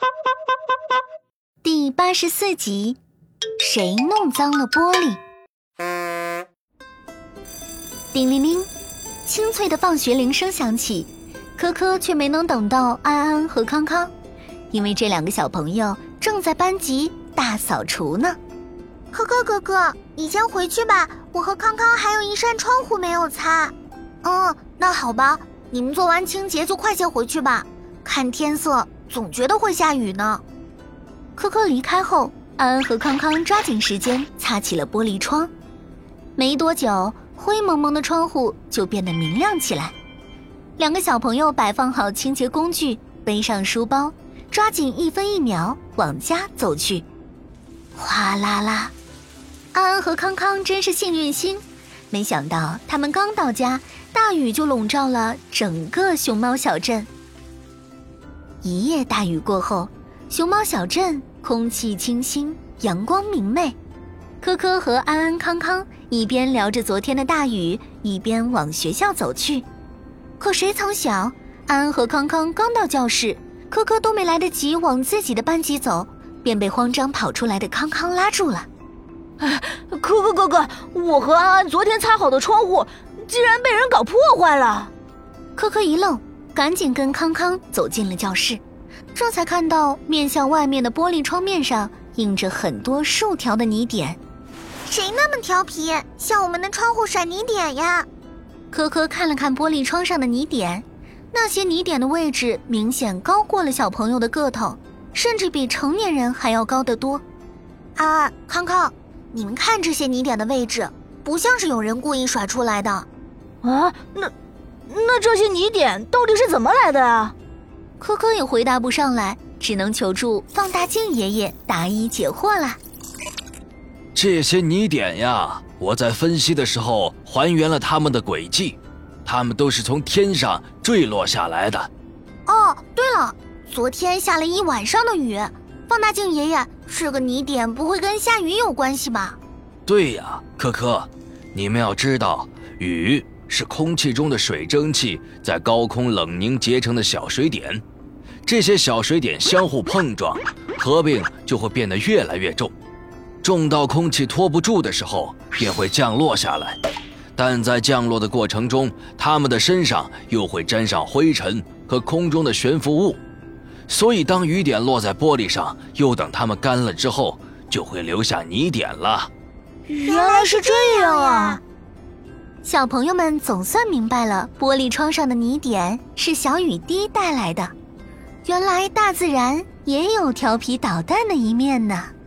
第84集，谁弄脏了玻璃？叮铃铃，清脆的放学铃声响起，科科却没能等到安安和康康，因为这两个小朋友正在班级大扫除呢。 科科哥哥，你先回去吧，我和康康还有一扇窗户没有擦。那好吧，你们做完清洁就快些回去吧，看天色总觉得会下雨呢。 科科离开后，安安和康康抓紧时间擦起了玻璃窗。没多久，灰蒙蒙的窗户就变得明亮起来。两个小朋友摆放好清洁工具，背上书包，抓紧一分一秒往家走去。哗啦啦，安安和康康真是幸运星，没想到他们刚到家，大雨就笼罩了整个熊猫小镇。一夜大雨过后，熊猫小镇空气清新，阳光明媚。科科和安安、康康一边聊着昨天的大雨，一边往学校走去。可谁曾想，安安和康康刚到教室，科科都没来得及往自己的班级走，便被慌张跑出来的康康拉住了。 科科哥哥，我和安安昨天擦好的窗户竟然被人搞破坏了。 科科一愣，赶紧跟康康走进了教室，这才看到面向外面的玻璃窗面上印着很多数条的泥点。 谁那么调皮，向我们的窗户甩泥点呀？ 科科看了看玻璃窗上的泥点，那些泥点的位置明显高过了小朋友的个头，甚至比成年人还要高得多。 康康，你们看这些泥点的位置，不像是有人故意甩出来的。 啊，那这些泥点到底是怎么来的啊？ 科科也回答不上来，只能求助放大镜爷爷答疑解惑了。 这些泥点呀，我在分析的时候还原了它们的轨迹，它们都是从天上坠落下来的。 对了，昨天下了一晚上的雨，放大镜爷爷，这个泥点不会跟下雨有关系吧？ 对呀，科科，你们要知道，雨是空气中的水蒸气在高空冷凝结成的小水点，这些小水点相互碰撞，合并就会变得越来越重，重到空气拖不住的时候便会降落下来，但在降落的过程中，它们的身上又会沾上灰尘和空中的悬浮物，所以当雨点落在玻璃上，又等它们干了之后，就会留下泥点了。 原来是这样啊！ 小朋友们总算明白了，玻璃窗上的泥点是小雨滴带来的。原来大自然也有调皮捣蛋的一面呢。